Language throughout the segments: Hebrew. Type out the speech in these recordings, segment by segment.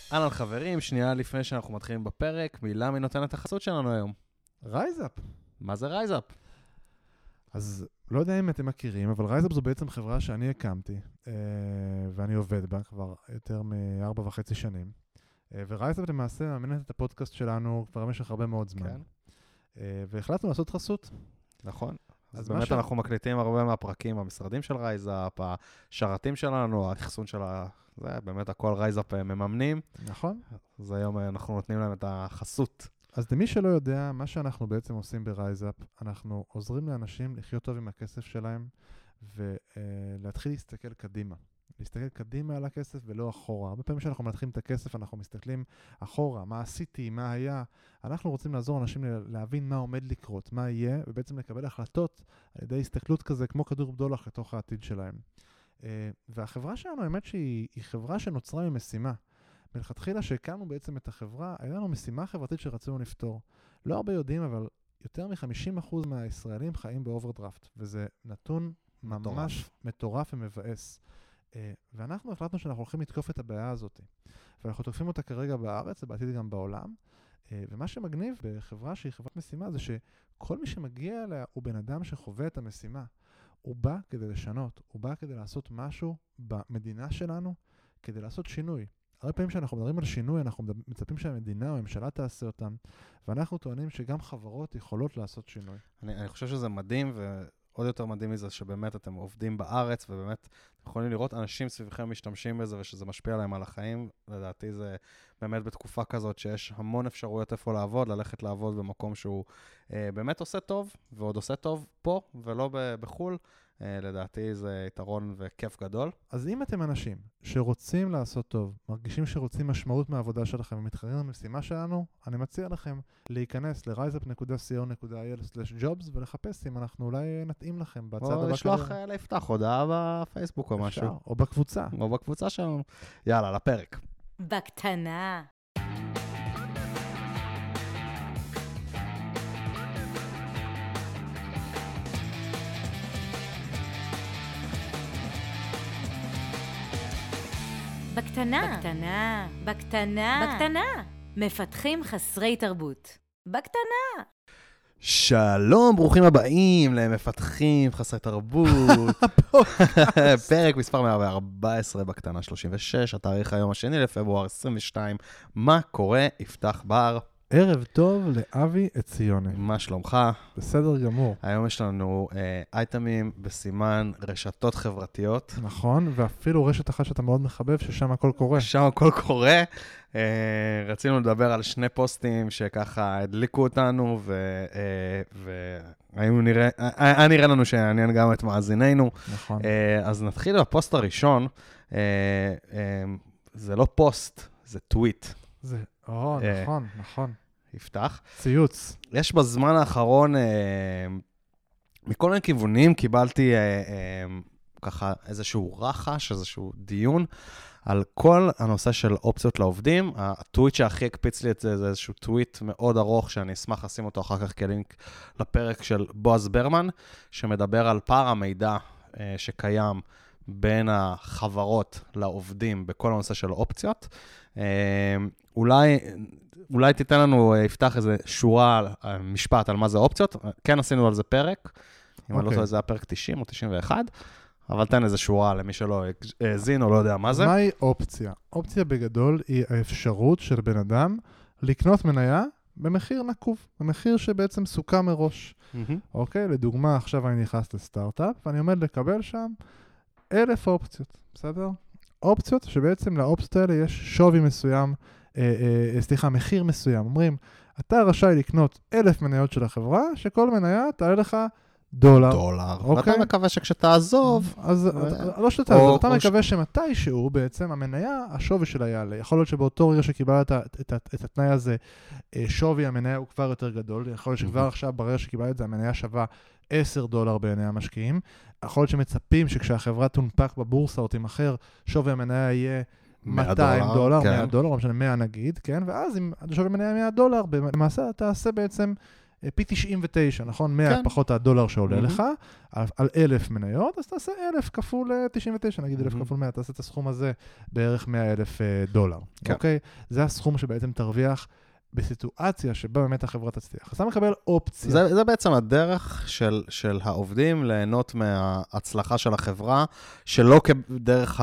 אהלן חברים, שנייה לפני שאנחנו מתחילים בפרק, מילה מי נותן את החסות שלנו היום. רייזאפ. מה זה רייזאפ? אז לא יודע אם אתם מכירים, אבל רייזאפ זו בעצם חברה שאני הקמתי, ואני עובד בה כבר יותר מ4.5 שנים. ורייזאפ למעשה מאמנת את הפודקאסט שלנו כבר במשך הרבה מאוד זמן. כן. והחלטנו לעשות חסות. נכון. אז באמת אנחנו מקליטים הרבה מהפרקים, המשרדים של רייזאפ, השרתים שלנו, האחסון של זה באמת הכל רייזאפ מממנים. נכון. אז היום אנחנו נותנים להם את החסות. אז למי שלא יודע, מה שאנחנו בעצם עושים ברייזאפ, אנחנו עוזרים לאנשים לחיות טוב עם הכסף שלהם, ולהתחיל להסתכל קדימה. להסתכל קדימה על הכסף ולא אחורה. הרבה פעמים כשאנחנו מנתחים את הכסף, אנחנו מסתכלים אחורה, מה עשיתי, מה היה. אנחנו רוצים לעזור לאנשים להבין מה עומד לקרות, מה יהיה, ובעצם לקבל החלטות על ידי הסתכלות כזה, כמו כדור בדולח לתוך העתיד שלהם. והחברה שלנו, האמת שהיא חברה שנוצרה ממשימה. מלכתחילה שהקמנו בעצם את החברה, היה לנו משימה חברתית שרצינו לפתור. לא הרבה יודעים, אבל יותר מ-50% מהישראלים חיים באוברדרפט, וזה נתון ממש מטורף ומבאס. ואנחנו החלטנו שאנחנו הולכים לתקוף את הבעיה הזאת. ואנחנו תוקפים אותה כרגע בארץ, ובעתיד גם בעולם. ומה שמגניב בחברה שהיא חברת משימה, זה שכל מי שמגיע אליה הוא בן אדם שחווה את המשימה. הוא בא כדי לשנות, הוא בא כדי לעשות משהו במדינה שלנו, כדי לעשות שינוי. הרבה פעמים שאנחנו מדברים על שינוי, אנחנו מצפים שהמדינה או הממשלה תעשה אותם, ואנחנו טוענים שגם חברות יכולות לעשות שינוי. אני חושב שזה מדהים, ועוד יותר מדהים מזה שבאמת אתם עובדים בארץ, ובאמת יכולים לראות אנשים סביבכם משתמשים בזה, ושזה משפיע עליהם על החיים. לדעתי זה באמת בתקופה כזאת שיש המון אפשרויות איפה לעבוד, ללכת לעבוד במקום שהוא באמת עושה טוב, ועוד עושה טוב פה ולא בחול. לדעתי זה יתרון וכיף גדול. אז אם אתם אנשים שרוצים לעשות טוב, מרגישים שרוצים משמעות מהעבודה שלכם ומתחרים במשימה שלנו, אני מציע לכם להיכנס ל-riseup.co.il/jobs ולחפש אם אנחנו אולי נתאים לכם בצד הבא. או לשלוח ליפתח הודעה בפייסבוק או משהו. או בקבוצה. או בקבוצה שלנו. יאללה, לפרק. בקטנה. בקטנה, בקטנה, בקטנה, בקטנה. מפתחים חסרי תרבות. בקטנה. שלום, ברוכים הבאים למפתחים חסרי תרבות. פרק מספר 114 בקטנה 36, התאריך היום השני לפברואר 22. מה קורה? יפתח בר. ערב טוב לאבי עציוני. מה שלומך? בסדר גמור. היום יש לנו אייטמים בסימן רשתות חברתיות. נכון, ואפילו רשת אחת שאתה מאוד מחבב, ששם הכל קורה. שם הכל קורה. רצינו לדבר על שני פוסטים שככה הדליקו אותנו, היה נראה לנו שעניין גם את מאזיננו. נכון. אז נתחיל בפוסט הראשון. זה לא פוסט, זה טוויט. נכון. יפתח. ציוץ. יש בזמן האחרון, מכל מיני כיוונים, קיבלתי ככה איזשהו רחש, איזשהו דיון, על כל הנושא של אופציות לעובדים. הטוויט שהכי הקפיץ לי את זה, זה איזשהו טוויט מאוד ארוך, שאני אשמח לשים אותו אחר כך כלינק לפרק של בועז ברמן, שמדבר על פער המידע שקיים בין החברות לעובדים בכל הנושא של אופציות. אולי תיתן לנו, יפתח איזה שורה, משפט על מה זה אופציות. כן עשינו על זה פרק, אם אני לא טועה, זה היה פרק 90 או 91, אבל תן איזה שורה למי שלא האזין או לא יודע מה זה. מהי אופציה? אופציה בגדול היא האפשרות של בן אדם לקנות מניה במחיר נקוב, במחיר שבעצם סוכם מראש. אוקיי? לדוגמה, עכשיו אני נכנס לסטארט-אפ, ואני עומד לקבל שם 1,000 אופציות, בסדר? אופציות שבעצם לאופציות האלה יש שווי מסוים, מחיר מסוים. אומרים, אתה רשאי לקנות 1,000 מניות של החברה, שכל מניה תעלה לך דולר. ואתה מקווה שכשתעזוב... אז לא שתעזוב, אתה מקווה שמתישהו בעצם המניה, השווי שלה יעלה. יכול להיות שבאותו רגע שקיבלת את התנאי הזה, שווי המניה הוא כבר יותר גדול. יכול להיות שכבר עכשיו ברגע שקיבלת את זה, המניה שווה $10 בעיני המשקיעים. יכול להיות שמצפים שכשהחברה תונפק בבורסה או תימכר, שווי המניה יהיה $200, $100, לא משנה 100 נגיד, כן? ואז אם שווי המניה $100, למעשה אתה תעשה בעצם פי 99, נכון? 100 כן. פחות הדולר שעולה לך, על 1,000 מניות, אז תעשה 1,000 כפול 99, נגיד 1,000 כפול 100, תעשה את הסכום הזה בערך 100,000 דולר. כן. אוקיי? זה הסכום שבעצם תרוויח בסיטואציה שבה באמת החברה תצליח. אז אתה מקבל אופציה. זה בעצם הדרך של העובדים ליהנות מההצלחה של החברה, שלא כדרך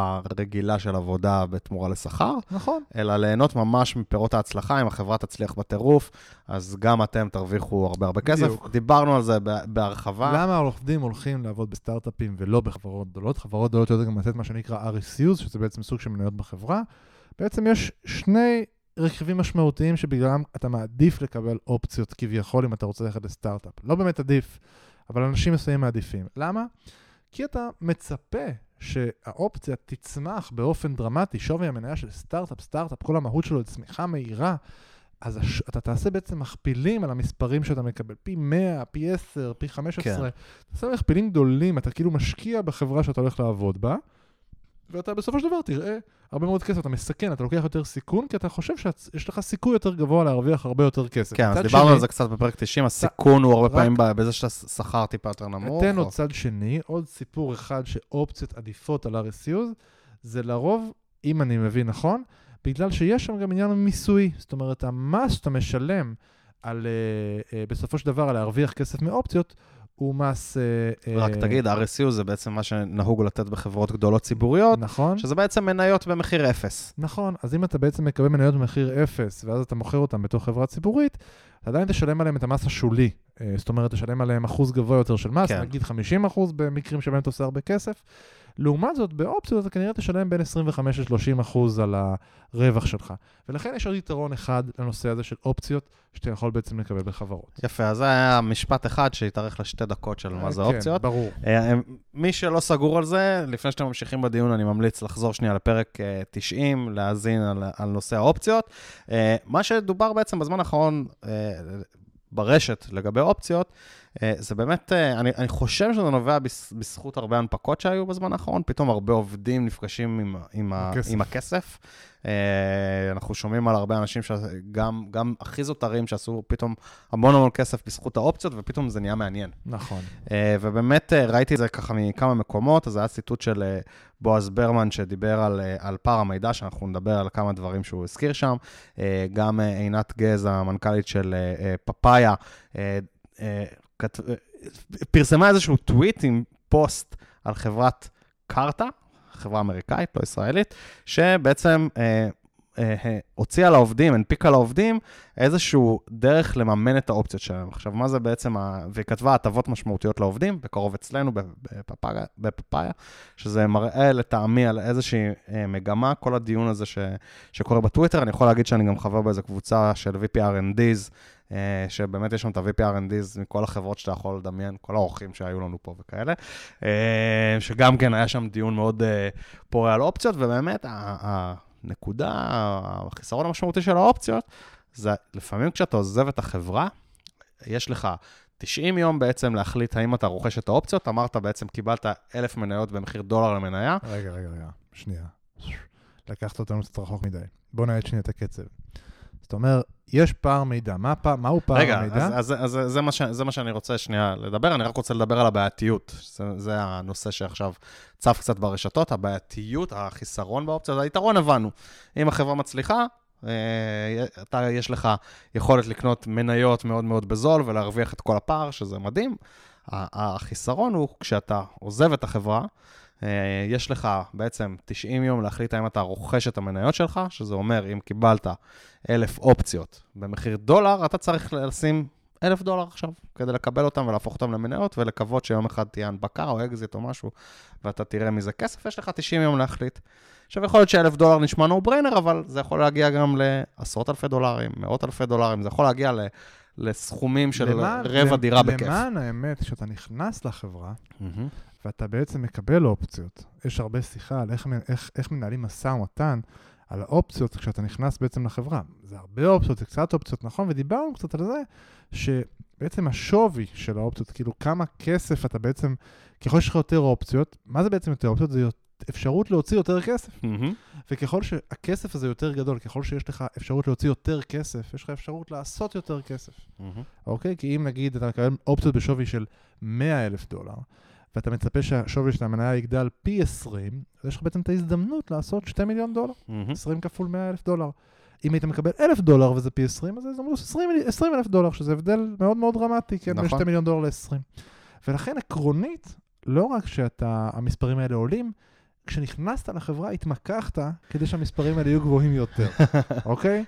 הרגילה של עבודה בתמורה לשכר, נכון. אלא ליהנות ממש מפירות ההצלחה. אם החברה תצליח בטירוף, אז גם אתם תרוויחו הרבה כסף. בדיוק. דיברנו על זה בהרחבה. למה העובדים הולכים לעבוד בסטארט-אפים ולא בחברות גדולות? חברות גדולות יודעות גם לתת מה שנקרא RSUs, שזה בעצם סוג של מניות בחברה. בעצם יש שני רכיבים משמעותיים שבגללם אתה מעדיף לקבל אופציות כביכול אם אתה רוצה ללכת לסטארט-אפ. לא באמת עדיף, אבל אנשים מסוימים מעדיפים. למה? כי אתה מצפה שהאופציה תצמח באופן דרמטי, שווי המניה של סטארט-אפ, כל המהות שלו לצמיחה מהירה, אז אתה תעשה בעצם מכפילים על המספרים שאתה מקבל, פי 100, פי 10, פי 15, כן. תעשה מכפילים גדולים, אתה כאילו משקיע בחברה שאתה הולך לעבוד בה, ואתה בסופו של דבר תראה הרבה מאוד כסף, אתה מסכן, אתה לוקח יותר סיכון, כי אתה חושב שיש לך סיכוי יותר גבוה להרוויח הרבה יותר כסף. כן, אז דיברנו על זה קצת בפרק 90, הסיכון הוא הרבה פעמים בזה שאתה שכר טיפה יותר נמוך. אתן עוד צד שני, עוד סיפור אחד שאופציות עדיפות על RSUs, זה לרוב, אם אני מבין נכון, בגלל שיש שם גם עניין מיסוי, זאת אומרת, המס שאתה משלם על, בסופו של דבר, על להרוויח כסף מאופציות, הוא מס... רק תגיד, RSU זה בעצם מה שנהוג לתת בחברות גדולות ציבוריות, נכון. שזה בעצם מניות במחיר אפס. נכון, אז אם אתה בעצם מקבל מניות במחיר אפס, ואז אתה מוכר אותם בתוך חברה ציבורית, אתה עדיין תשלם עליהם את המס השולי. זאת אומרת, תשלם עליהם אחוז גבוה יותר של מס, כן. נגיד 50% במקרים שבהם אתה עושה הרבה כסף. לעומת זאת, באופציות אתה כנראה תשלם בין 25-30% על הרווח שלך. ולכן יש עוד יתרון אחד לנושא הזה של אופציות, שאתה יכול בעצם לקבל בחברות. יפה, אז זה היה משפט אחד שהתארך ל2 דקות של מה זה אופציות. כן, ברור. מי שלא סגור על זה, לפני שאתם ממשיכים בדיון, אני ממליץ לחזור שנייה לפרק 90, להאזין על נושא האופציות. מה שדובר בעצם בזמן האחרון ברשת לגבי אופציות, זה באמת, אני חושב שזה נובע בזכות הרבה הנפקות שהיו בזמן האחרון, פתאום הרבה עובדים נפגשים עם הכסף. אנחנו שומעים על הרבה אנשים שגם הכי זוטרים שעשו פתאום המון כסף בזכות האופציות, ופתאום זה נהיה מעניין. נכון. ובאמת ראיתי את זה ככה מכמה מקומות, אז זה היה ציטוט של בועז ברמן שדיבר על פער המידע, שאנחנו נדבר על כמה דברים שהוא הזכיר שם, גם עינת גז, המנכ"לית של פפאיה, פרסמה איזשהו טוויט עם פוסט על חברת קארטה, חברה אמריקאית, לא ישראלית, שבעצם הוציאה לעובדים, הנפיקה לעובדים, איזשהו דרך לממן את האופציות שלהם. עכשיו, מה זה בעצם, והיא כתבה הטבות משמעותיות לעובדים, בקרוב אצלנו, בפפאיה, שזה מראה לטעמי על איזושהי מגמה, כל הדיון הזה שקורה בטוויטר, אני יכול להגיד שאני גם חבר באיזו קבוצה של VP-R&Ds, שבאמת יש שם את ה-VP-R&Ds מכל החברות שאתה יכול לדמיין, כל האורחים שהיו לנו פה וכאלה, שגם כן היה שם דיון מאוד פורה על אופציות, ובאמת הנקודה, החיסרון המשמעותי של האופציות, זה לפעמים כשאתה עוזב את החברה, יש לך 90 יום בעצם להחליט האם אתה רוכש את האופציות, אמרת בעצם קיבלת 1,000 מניות במחיר $1 למניה. רגע, שנייה. לקחת אותנו קצת רחוק מדי. בוא נעד שנייה את הקצב. זאת אומרת, יש פער מידע. מהו פער רגע, המידע? רגע, אז זה מה שאני רוצה שנייה לדבר. אני רק רוצה לדבר על הבעייתיות. זה הנושא שעכשיו צף קצת ברשתות. הבעייתיות, החיסרון באופציות, היתרון הבנו. אם החברה מצליחה, יש לך יכולת לקנות מניות מאוד מאוד בזול ולהרוויח את כל הפער, שזה מדהים. החיסרון הוא כשאתה עוזב את החברה, יש לך בעצם 90 יום להחליט האם אתה רוכש את המניות שלך, שזה אומר, אם קיבלת 1,000 אופציות במחיר $1, אתה צריך לשים $1,000 עכשיו, כדי לקבל אותם ולהפוך אותם למניות, ולקוות שיום אחד תהיה הנפקה או אקזיט או משהו, ואתה תראה מזה כסף, יש לך 90 יום להחליט. עכשיו, יכול להיות $1,000 נשמע no-brainer, אבל זה יכול להגיע גם לעשרות אלפי דולרים, מאות אלפי דולרים, זה יכול להגיע לסכומים של רבע דירה בכיף. למען האמת, כשאתה נכנס לחברה, ואתה בעצם מקבל אופציות, יש הרבה שיחה על איך מנהלים משא ומתן על האופציות כשאתה נכנס בעצם לחברה. זה הרבה אופציות, זה קצת אופציות, נכון? ודיברנו קצת על זה, שבעצם השווי של האופציות, כאילו כמה כסף אתה בעצם, ככל שיש לך יותר אופציות, מה זה בעצם יותר אופציות? זה אפשרות להוציא יותר כסף. מהמם. וככל שהכסף הזה יותר גדול, ככל שיש לך אפשרות להוציא יותר כסף, יש לך אפשרות לעשות יותר כסף. מהמם. אוקיי? כי אם נגיד אתה מקבל אופציות בשווי של $100,000, ואתה מצפה שהשווי של המניה יגדל פי 20, אז יש לך בעצם את ההזדמנות לעשות $2 מיליון. מהמם. 20 כפול $100,000. אם היית מקבל $1,000 וזה פי 20, אז זה אמרו $20,000, שזה הבדל מאוד מאוד דרמטי, כן? נכון. $2 מיליון ל-20. ולכן עקרונית, לא רק שהמספרים האלה עולים, כשנכנסת לחברה התמקחת כדי שהמספרים האלה יהיו גבוהים יותר, אוקיי?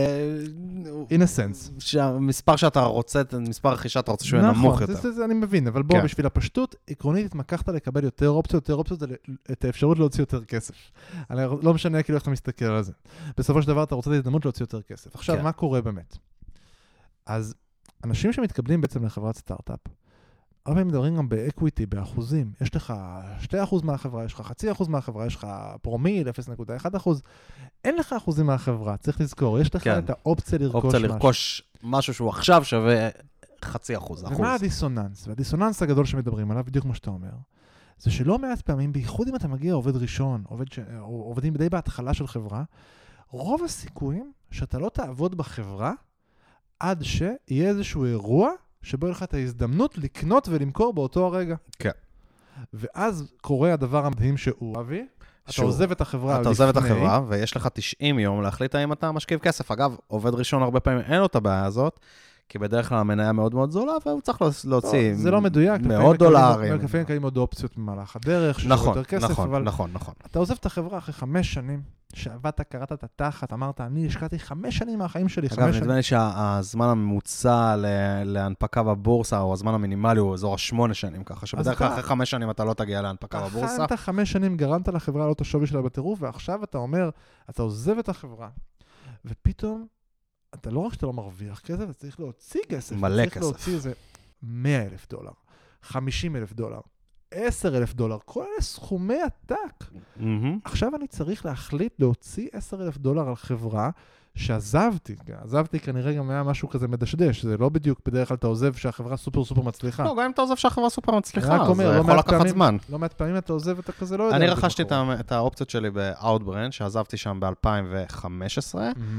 In a sense. שהמספר שאתה רוצה, מספר רכישה אתה רוצה שהוא יהיה נמוך יותר. נכון, זה אני מבין, אבל בוא, כן. בשביל הפשטות, עקרונית התמקחת לקבל יותר אופציות, את האפשרות להוציא יותר כסף. אני לא משנה כאילו איך אתה מסתכל על זה. בסופו של דבר אתה רוצה את ההזדמנות להוציא יותר כסף. עכשיו, כן. מה קורה באמת? אז אנשים שמתקבלים בעצם לחברת סטארט-אפ, הרבה פעמים מדברים גם באקוויטי, באחוזים. יש לך 2% מהחברה, יש לך 0.5% מהחברה, יש לך פרומיל, 0.1%. אין לך אחוזים מהחברה, צריך לזכור. יש לך כן. את האופציה לרכוש אופציה משהו. לרכוש משהו שהוא עכשיו שווה 0.5%. ומה הדיסוננס? והדיסוננס הגדול שמדברים עליו, בדיוק כמו שאתה אומר, זה שלא מעט פעמים, בייחוד אם אתה מגיע עובד ראשון, עובדים די בהתחלה של חברה, רוב הסיכויים שאתה לא תעבוד בחברה עד שיהיה איזשהו אירוע שבו יהיה לך את ההזדמנות לקנות ולמכור באותו הרגע. כן. ואז קורה הדבר המדהים שהוא, אבי, אתה עוזב את החברה לפני. אתה עוזב את החברה, ויש לך 90 יום להחליט האם אתה משקיב כסף. אגב, עובד ראשון הרבה פעמים אין לו את הבעיה הזאת, כי בדרך כלל המניה מאוד מאוד זולה, והוא צריך להוציא זה לא מדויק. מאות דולרים. לפעמים קיימים עוד אופציות במהלך הדרך, שיש נכון, יותר כסף, נכון, אבל נכון, נכון. אתה עוזב את החברה אחרי 5 שנים, שעבדת, קראת את התחת, אמרת, אני השקעתי 5 שנים מהחיים שלי, 5 אגב, שנים. נדמה לי שהזמן הממוצע להנפקה בבורסה, או הזמן המינימלי, הוא אזור 8 שנים, ככה שבדרך כלל אחרי 5 שנים אתה לא תגיע להנפקה בבורסה. אתה 5 שנים גרמת לחברה לא את השווי שלה בטירוף, ועכשיו אתה אומר, אתה עוזב את החברה, ופתאום, אתה לא רק שאתה לא מרוויח כסף, אתה צריך להוציא כסף. מלא כסף. צריך להוציא איזה $100,000, $50,000, $10,000, כל אלה סכומי עתק. עכשיו אני צריך להחליט להוציא $10,000 על חברה שעזבתי. עזבתי כנראה גם היה משהו כזה מדשדש, זה לא בדיוק בדרך כלל אתה עוזב שהחברה סופר סופר מצליחה. לא, גם אם אתה עוזב שהחברה סופר מצליחה, רק אומר, זה יכול לקחת זמן. לא מעט פעמים אתה עוזב ואתה כזה לא יודע. אני רכשתי את האופציות שלי ב-Outbrain, שעזבתי שם ב-2015,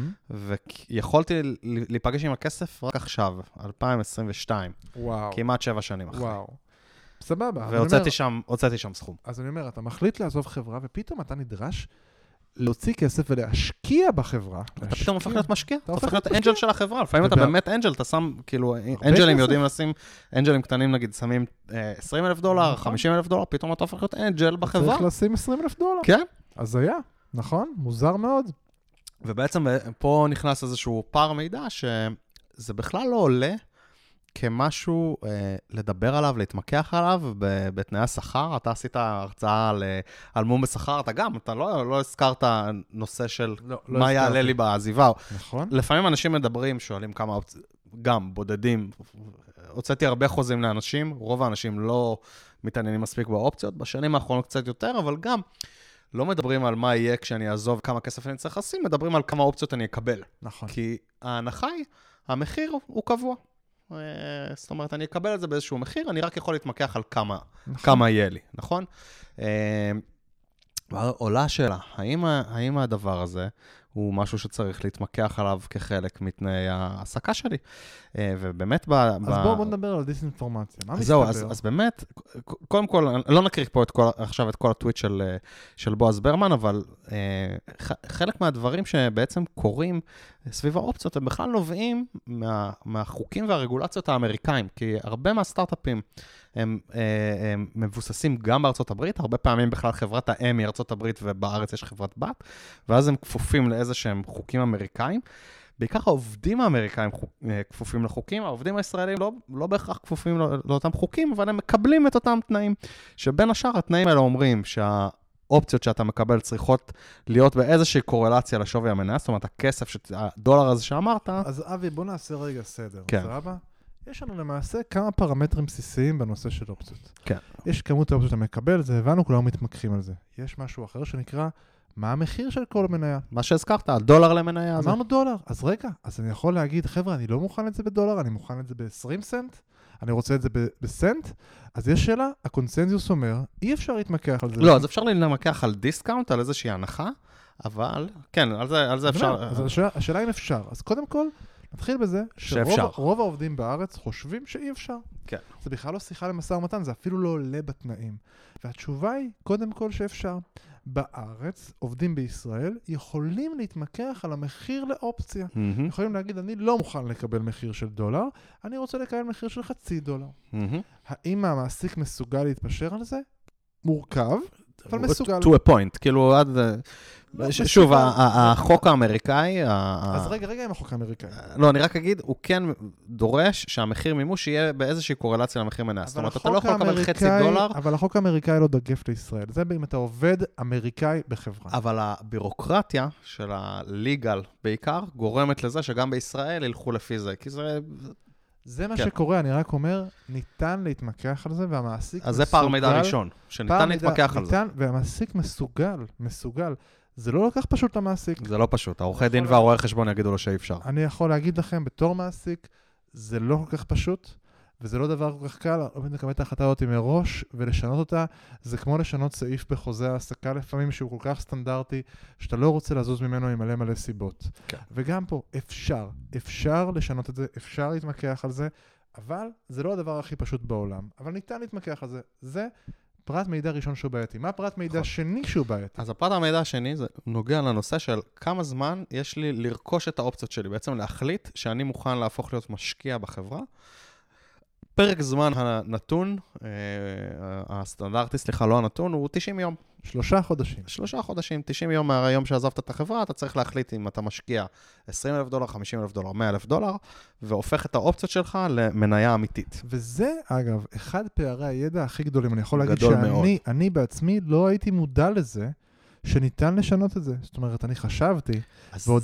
ויכולתי להיפגש עם הכסף רק עכשיו, 2022. וואו. כמעט 7 שנים אחרי. וואו. סבבה. והוצאתי שם סכום. אז אני אומר, אתה מחליט לעזוב חברה, ופתאום אתה נדרש להוציא כסף ולהשקיע בחברה. אתה פתאום הופך להיות משקיע, אתה הופך להיות משקיע. אנג'ל של החברה. לפעמים אתה באמת אנג'ל, אתה שם, כאילו, אנג'לים יודעים לשים, אנג'לים קטנים נגיד, שמים $20,000, $50,000, פתאום אתה הופך להיות אנג'ל בחברה. צריך לשים $20,000. כן. אז היה, נכון? מוזר מאוד. ובעצם פה נכנס איזשהו פער מידע, שזה בכלל לא עולה כמשהו לדבר עליו, להתמקח עליו בתנאי השכר. אתה עשית הרצאה על מום בשכר, אתה לא הזכרת נושא של מה יעלה לי בעזיבה. נכון. לפעמים אנשים מדברים, שואלים כמה אופציות, גם בודדים. הוצאתי הרבה חוזים לאנשים, רוב האנשים לא מתעניינים מספיק באופציות, בשנים האחרונות קצת יותר, אבל גם לא מדברים על מה יהיה כשאני אעזוב, כמה כסף אני צריך לשים, מדברים על כמה אופציות אני אקבל. נכון. כי ההנחה היא, המחיר הוא קבוע. זאת אומרת, אני אקבל את זה באיזשהו מחיר, אני רק יכול להתמקח על כמה יהיה לי, נכון? עולה השאלה, האם הדבר הזה הוא משהו שצריך להתמקח עליו כחלק מתנאי העסקה שלי? ובאמת אז בואו נדבר על דיסאינפורמציה. מה מסתבר? זהו, אז באמת, קודם כל, לא נקריא פה עכשיו את כל הטוויט של בועז ברמן, אבל חלק מהדברים שבעצם קורים סביב האופציות, הם בכלל נובעים מהחוקים והרגולציות האמריקאים, כי הרבה מהסטארט-אפים הם מבוססים גם בארצות הברית, הרבה פעמים בכלל חברת האם היא ארצות הברית ובארץ יש חברת בת, ואז הם כפופים לאיזה שהם חוקים אמריקאים. בעיקר העובדים האמריקאים כפופים לחוקים, העובדים הישראלים לא בהכרח כפופים לאותם חוקים, אבל הם מקבלים את אותם תנאים, שבין השאר התנאים האלה אומרים שהאופציות שאתה מקבל צריכות להיות באיזושהי קורלציה לשווי המניה, זאת אומרת הכסף, הדולר הזה שאמרת. אז אבי, בוא נעשה רגע סדר, כן. סבבה? יש לנו למעשה כמה פרמטרים בסיסיים בנושא של אופציות. כן. יש כמות האופציות שאתה מקבל, זה הבנו, כולנו מתמקחים על זה. יש משהו אחר שנקרא, מה המחיר של כל מניה? מה שהזכרת, $1 למניה הזה. אמרנו $. אז רגע, אז אני יכול להגיד, חבר'ה, אני לא מוכן את זה $, אני מוכן את זה ב-20 סנט, אני רוצה את זה בסנט, אז יש שאלה, הקונצנזיוס אומר, אי אפשר להתמקח על זה. לא, אז אפשר להתמקח על דיסקאונט, על איזושהי הנחה, אבל, כן, על זה אפשר. אז השאלה אם אפשר. אז קודם כל, נתחיל בזה, שרוב העובדים בארץ חושבים שאי אפשר. כן. זה בכלל לא שיחה למשא ומתן, זה אפילו לא עולה בתנאים. והתשובה היא, קודם כל שאפשר. בארץ, עובדים בישראל, יכולים להתמקח על המחיר לאופציה. יכולים להגיד, אני לא מוכן לקבל מחיר של דולר, אני רוצה לקבל מחיר של $0.50. האם המעסיק מסוגל להתפשר על זה? מורכב, אבל מסוגל. To a point, כאילו עד... שוב, החוק האמריקאי... אז רגע עם החוק האמריקאי. לא, אני רק אגיד, הוא כן דורש שהמחיר מימוש יהיה באיזושהי קורלציה למחיר מניה. זאת אומרת, אתה לא יכול לקבל $0.50. אבל החוק האמריקאי לא דגף לישראל. זה אם אתה עובד אמריקאי בחברה. אבל הבירוקרטיה של הליגל בעיקר גורמת לזה שגם בישראל ילכו לפי זה, כי זה מה שקורה, אני רק אומר, ניתן להתמקח על זה, והמעסיק מסוגל... אז זה פער מידע ראשון, שניתן להתמקח על זה. והמעסיק מסוגל. זה לא לקח פשוט למעסיק. זה לא פשוט, העורכי דין והרואי חשבון יגידו לו שאי אפשר. אני יכול להגיד לכם, בתור מעסיק, זה לא כל כך פשוט, וזה לא דבר כל כך קל, לקבל את ההחלטה הזאת מראש ולשנות אותה, זה כמו לשנות סעיף בחוזה העסקה לפעמים שהוא כל כך סטנדרטי, שאתה לא רוצה לזוז ממנו עם מלא סיבות. כן. וגם פה אפשר לשנות את זה, אפשר להתמקח על זה, אבל זה לא הדבר הכי פשוט בעולם. אבל ניתן להתמקח על זה. זה פרט מידע ראשון שהוא בעייתי. מה פרט מידע שני שהוא בעייתי? אז הפרט המידע השני זה נוגע לנושא של כמה זמן יש לי לרכוש את האופציות שלי, בעצם להחליט שאני מוכן להפוך להיות משקיע בחברה. פרק זמן הנתון, הסטנדרטי, סליחה, לא הנתון, הוא 90 יום. 3 חודשים. 3 חודשים, 90 יום מהיום שעזבת את החברה, אתה צריך להחליט אם אתה משקיע $20,000, $50,000, $100,000, והופך את האופציות שלך למניה אמיתית. וזה, אגב, אחד פערי הידע הכי גדולים. אני יכול להגיד שאני בעצמי לא הייתי מודע לזה, שניתן לשנות את זה. זאת אומרת, אני חשבתי, ועוד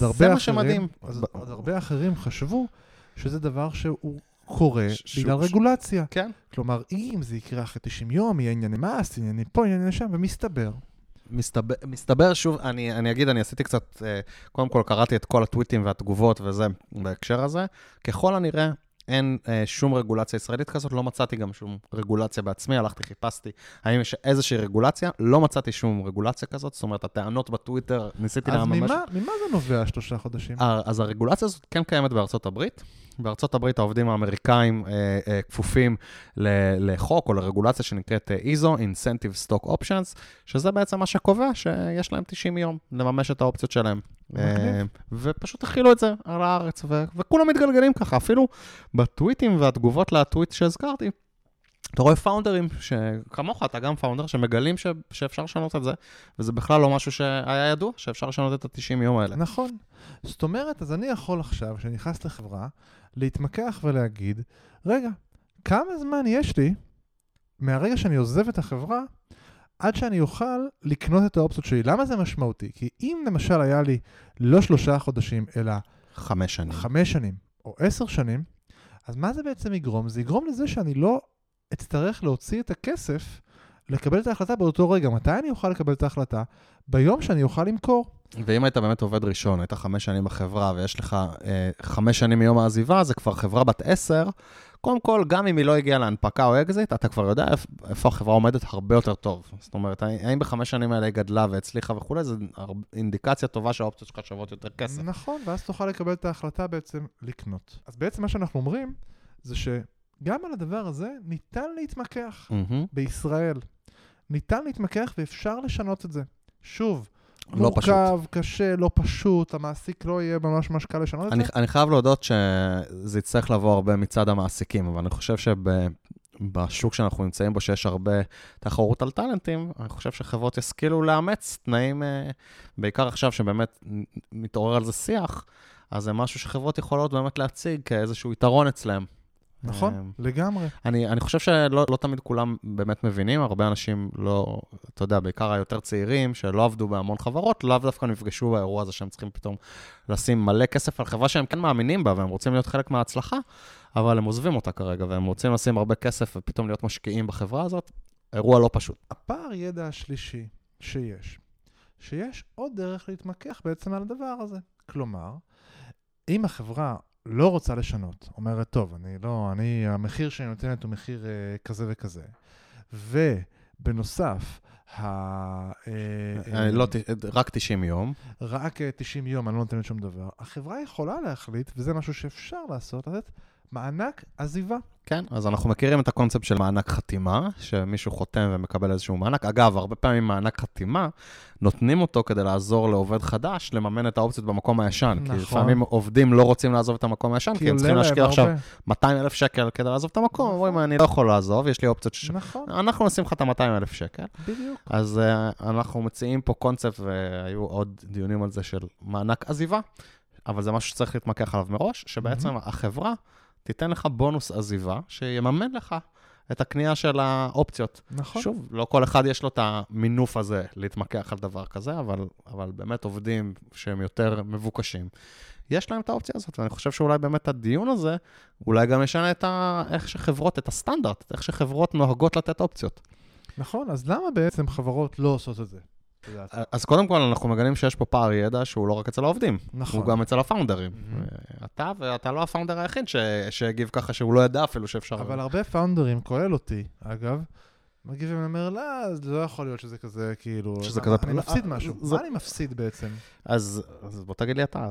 הרבה אחרים חשבו שזה דבר שהוא קורה בגלל רגולציה. כן. כלומר, אם זה יקרה אחרי 90 יום, יהיה ענייני מס, ענייני פה, ענייני שם, ומסתבר. מסתבר שוב, אני אגיד, אני עשיתי קצת, קודם כל קראתי את כל הטוויטים והתגובות וזה בהקשר הזה. ככל הנראה, אין שום רגולציה ישראלית כזאת, לא מצאתי גם שום רגולציה בעצמי, הלכתי, חיפשתי, האם יש איזושהי רגולציה, לא מצאתי שום רגולציה כזאת, זאת אומרת, הטענות בטוויטר, ניסיתי להממש. אז ממה זה נובע 3 חודשים? אז הרגולציה הזאת כן קיימת בארצות הברית. בארצות הברית העובדים האמריקאים כפופים לחוק או לרגולציה שנקראת ISO, Incentive Stock Options, שזה בעצם מה שקובע שיש להם 90 יום לממש את האופציות שלהם. ופשוט הכילו את זה על הארץ, וכולם מתגלגלים ככה, אפילו בטוויטים והתגובות לטוויט שהזכרתי, אתה רואה פאונדרים שכמוך, אתה גם פאונדר, שמגלים שאפשר לשנות את זה, וזה בכלל לא משהו שהיה ידוע, שאפשר לשנות את ה-90 יום האלה. נכון. זאת אומרת, אז אני יכול עכשיו, שנכנס לחברה, להתמקח ולהגיד, רגע, כמה זמן יש לי מהרגע שאני עוזב את החברה, עד שאני אוכל לקנות את האופציות שלי? למה זה משמעותי? כי אם למשל היה לי לא 3 חודשים, אלא 5 שנים. 5 שנים או 10 שנים, אז מה זה בעצם יגרום? זה יגרום לזה שאני לא אצטרך להוציא את הכסף, לקבל את ההחלטה באותו רגע. מתי אני אוכל לקבל את ההחלטה? ביום שאני אוכל למכור. ואם היית באמת עובד ראשון, היית 5 שנים בחברה, ויש לך 5 שנים מיום העזיבה, זה כבר חברה בת 10, קודם כל, גם אם היא לא הגיעה להנפקה או אקזיט, אתה כבר יודע איפה החברה עומדת הרבה יותר טוב. זאת אומרת, האם ב5 שנים האלה היא גדלה והצליחה וכו', זו אינדיקציה טובה שהאופציות שלך שוות יותר כסף. נכון, ואז תוכל לקבל את ההחלטה בעצם לקנות. אז בעצם מה שאנחנו אומרים, זה שגם על הדבר הזה ניתן להתמקח בישראל. ניתן להתמקח ואפשר לשנות את זה. שוב, מורכב, קשה, לא פשוט, המעסיק לא יהיה ממש קל לשנות את זה. אני חייב להודות שזה יצטרך לבוא הרבה מצד המעסיקים, אבל אני חושב שבשוק שאנחנו נמצאים בו, שיש הרבה תחרות על טלנטים, אני חושב שחברות ישכילו לאמץ תנאים, בעיקר עכשיו שבאמת מתעורר על זה שיח, אז זה משהו שחברות יכולות באמת להציג כאיזשהו יתרון אצלם. נכון, לגמרי. אני חושב שלא תמיד כולם באמת מבינים, הרבה אנשים לא, אתה יודע, בעיקר היותר צעירים, שלא עבדו בהמון חברות, לאו דווקא נפגשו באירוע הזה שהם צריכים פתאום לשים מלא כסף על חברה שהם כן מאמינים בה, והם רוצים להיות חלק מההצלחה, אבל הם עוזבים אותה כרגע, והם רוצים לשים הרבה כסף ופתאום להיות משקיעים בחברה הזאת, אירוע לא פשוט. הפער ידע השלישי שיש עוד דרך להתמקח בעצם על הדבר הזה. כלומר, אם החברה לא רוצה לשנות, אומרת, טוב, המחיר שאני נותנת הוא מחיר כזה וכזה. ובנוסף, רק 90 יום. רק 90 יום, אני לא נותנת שום דבר. החברה יכולה להחליט, וזה משהו שאפשר לעשות, לתת מענק עזיבה. כן, אז אנחנו מכירים את הקונספט של מענק חתימה, שמישהו חותם ומקבל איזשהו מענק. אגב, הרבה פעמים מענק חתימה, נותנים אותו כדי לעזור לעובד חדש, לממן את האופציות במקום הישן. נכון. כי לפעמים עובדים לא רוצים לעזוב את המקום הישן, כי הם צריכים להשקיע עכשיו 200,000 שקל כדי לעזוב את המקום. אומרים, אני לא יכול לעזוב, יש לי אופציות נכון. אנחנו נשים לך את 200,000 שקל. בדיוק. אז אנחנו מציעים פה קונספט, והיו עוד דיונים על זה של מענק עזיבה, אבל זה משהו שצריך להתמקח עליו מראש, שבעצם החברה תיתן לך בונוס עזיבה, שיממן לך את הקנייה של האופציות. נכון. שוב, לא כל אחד יש לו את המינוף הזה להתמקח על דבר כזה, אבל באמת עובדים שהם יותר מבוקשים. יש להם את האופציה הזאת, ואני חושב שאולי באמת הדיון הזה, אולי גם ישנה איך שחברות, את הסטנדרט, איך שחברות נוהגות לתת אופציות. נכון, אז למה בעצם חברות לא עושות את זה? אז קודם כל אנחנו מגלים שיש פה פער ידע שהוא לא רק אצל העובדים, נכון. הוא גם אצל הפאונדרים. ואתה לא הפאונדר היחיד שהגיב ככה שהוא לא ידע אפילו שאפשר... אבל הרבה פאונדרים, כולל אותי, אגב, מגיבים ואומר, לא, זה לא יכול להיות שזה כזה, כאילו... שזה כזה... אני מפסיד משהו. מה אני מפסיד בעצם? אז בוא תגיד לי אתה,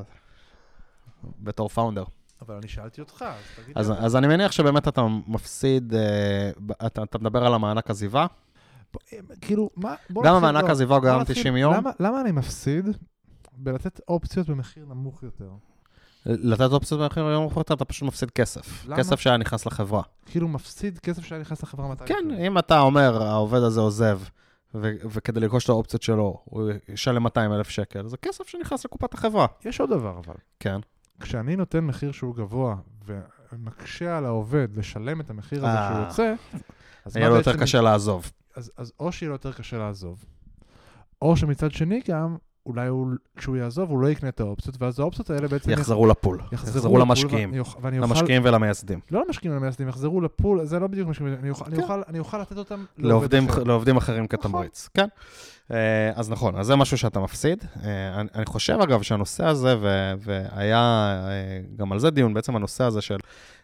בתור פאונדר. אבל אני שאלתי אותך, אז תגיד לי. אז אני מניח שבאמת אתה מפסיד, אתה מדבר על המענק עזיבה? כאילו, מה... גם המענק עזיבה גם 90 יום? למה אני מפסיד בלתת אופציות במחיר נמוך יותר? לתת אופציות במחיר נמוך יותר, אתה פשוט מפסיד כסף. כסף שהיה נכנס לחברה. כאילו מפסיד כסף שהיה נכנס לחברה מתי? כן, אם אתה אומר, העובד הזה עוזב, וכדי לרכוש את האופציות שלו, הוא ישלם 200,000 שקל, זה כסף שנכנס לקופת החברה. יש עוד דבר אבל. כן. כשאני נותן מחיר שהוא גבוה, ומקשה על העובד לשלם את המחיר הזה שהוא יוצא, יהיה לו יותר קשה לעזוב. אז או שיהיה לו יותר קשה לעזוב, או שמצד שני גם, אולי כשהוא יעזוב, הוא לא יקנה את האופציות, ואז האופציות האלה בעצם... יחזרו לפול. יחזרו למשקיעים. למשקיעים ולמייסדים. לא למשקיעים ולמייסדים, יחזרו לפול, זה לא בדיוק משקיעים, אני אוכל לתת אותם לעובדים אחרים כתמריץ. כן. אז נכון, אז זה משהו שאתה מפסיד. אני חושב אגב שהנושא הזה, והיה גם על זה דיון, בעצם הנושא הזה של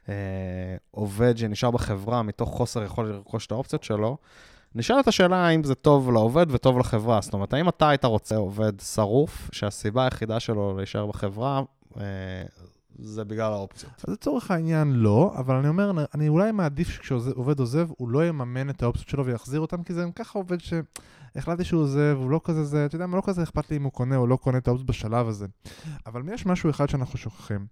עובד שנשאר בחברה מתוך חוסר יכול לרכוש את האופציות שלו, נשאלת השאלה האם זה טוב לעובד וטוב לחברה. זאת אומרת, האם אתה היית רוצה עובד שרוף, שהסיבה היחידה שלו להישאר בחברה, זה בגלל האופציות? אז לצורך העניין לא, אבל אני אומר, אני אולי מעדיף שכשעובד עוזב, הוא לא יממן את האופציות שלו ויחזיר אותם, כי זה ככה עובד שהחלטתי שהוא עוזב, הוא לא כזה זה, אתה יודע, לא כזה אכפת לי אם הוא קונה או לא קונה את האופציות בשלב הזה. אבל יש משהו אחד שאנחנו שוכחים.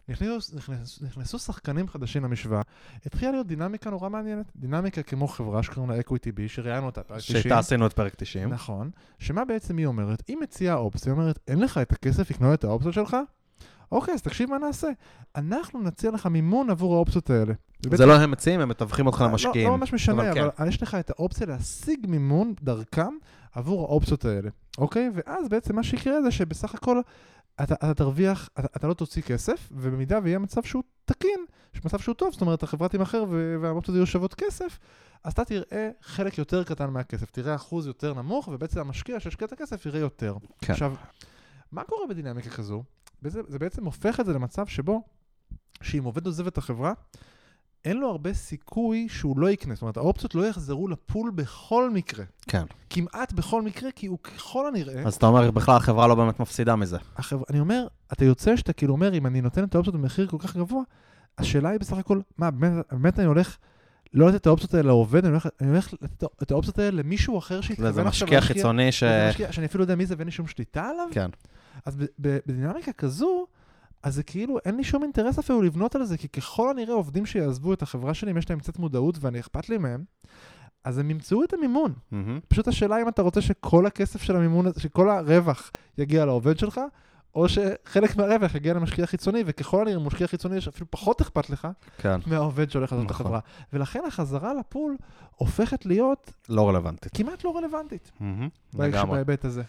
נכנסו שחקנים חדשים למשוואה, התחילה להיות דינמיקה נורא מעניינת, דינמיקה כמו חברה שקוראים לה EquityB, שראיינו אותה פרק 90. שאיתה עשינו את פרק 90. נכון, שמה בעצם היא אומרת? היא מציעה אופציה, היא אומרת, אין לך את הכסף לקנות את האופציות שלך? אוקיי, אז תקשיב מה נעשה. אנחנו נציע לך מימון עבור האופציות האלה. זה לא הם מציעים, הם מתווכים אותך למשקיעים. לא ממש משנה, אבל יש לך את האופציה להשיג מימון דרכם עבור האופציות האלה. אוקיי? ואז בעצם מה שיקרה זה שבסך הכל אתה תרוויח, אתה לא תוציא כסף, ובמידה ויהיה מצב שהוא תקין, מצב שהוא טוב, זאת אומרת, החברה תימכר והאופציות יהיו שוות כסף, אז אתה תראה חלק יותר קטן מהכסף, תראה אחוז יותר נמוך, ובעצם המשקיע שהשקיע את הכסף יראה יותר. כן. עכשיו, מה קורה בדינמיקה כזו? זה בעצם הופך את זה למצב שבו, שאם עובד עוזב את החברה, אין לו הרבה סיכוי שהוא לא יקנה. זאת אומרת, האופציות לא יחזרו לפול בכל מקרה. כן. כמעט בכל מקרה, כי הוא ככל הנראה... אז אתה אומר, בכלל החברה לא באמת מפסידה מזה. אני אומר, אתה יוצא שאתה כאילו אומר, אם אני נותן את האופציות במחיר כל כך גבוה, השאלה היא בסך הכל, מה, באמת אני הולך לא לתת את האופציות האלה לעובד, אני הולך לתת את האופציות האלה למישהו אחר שהתכוון עכשיו להשקיע. זה משקיע חיצוני שאני אפילו לא יודע מי זה ואין לי שום שליטה עליו. כן. אז בדינמיקה כזו, אז זה כאילו, אין לי שום אינטרס אפילו לבנות על זה, כי ככל הנראה עובדים שיעזבו את החברה שלי, אם יש להם קצת מודעות ואני אכפת לי מהם, אז הם ימצאו את המימון. פשוט השאלה אם אתה רוצה שכל הכסף של המימון, שכל הרווח יגיע לעובד שלך, או שחלק מהרווח יגיע למשקיע חיצוני, וככל הנראה משקיע חיצוני יש אפילו פחות אכפת לך מהעובד שהולך לעשות את החברה. ולכן החזרה לפול הופכת להיות... לא רלוונטית. כמעט לא רלוונטית. לגמרי. בהיבט הזה.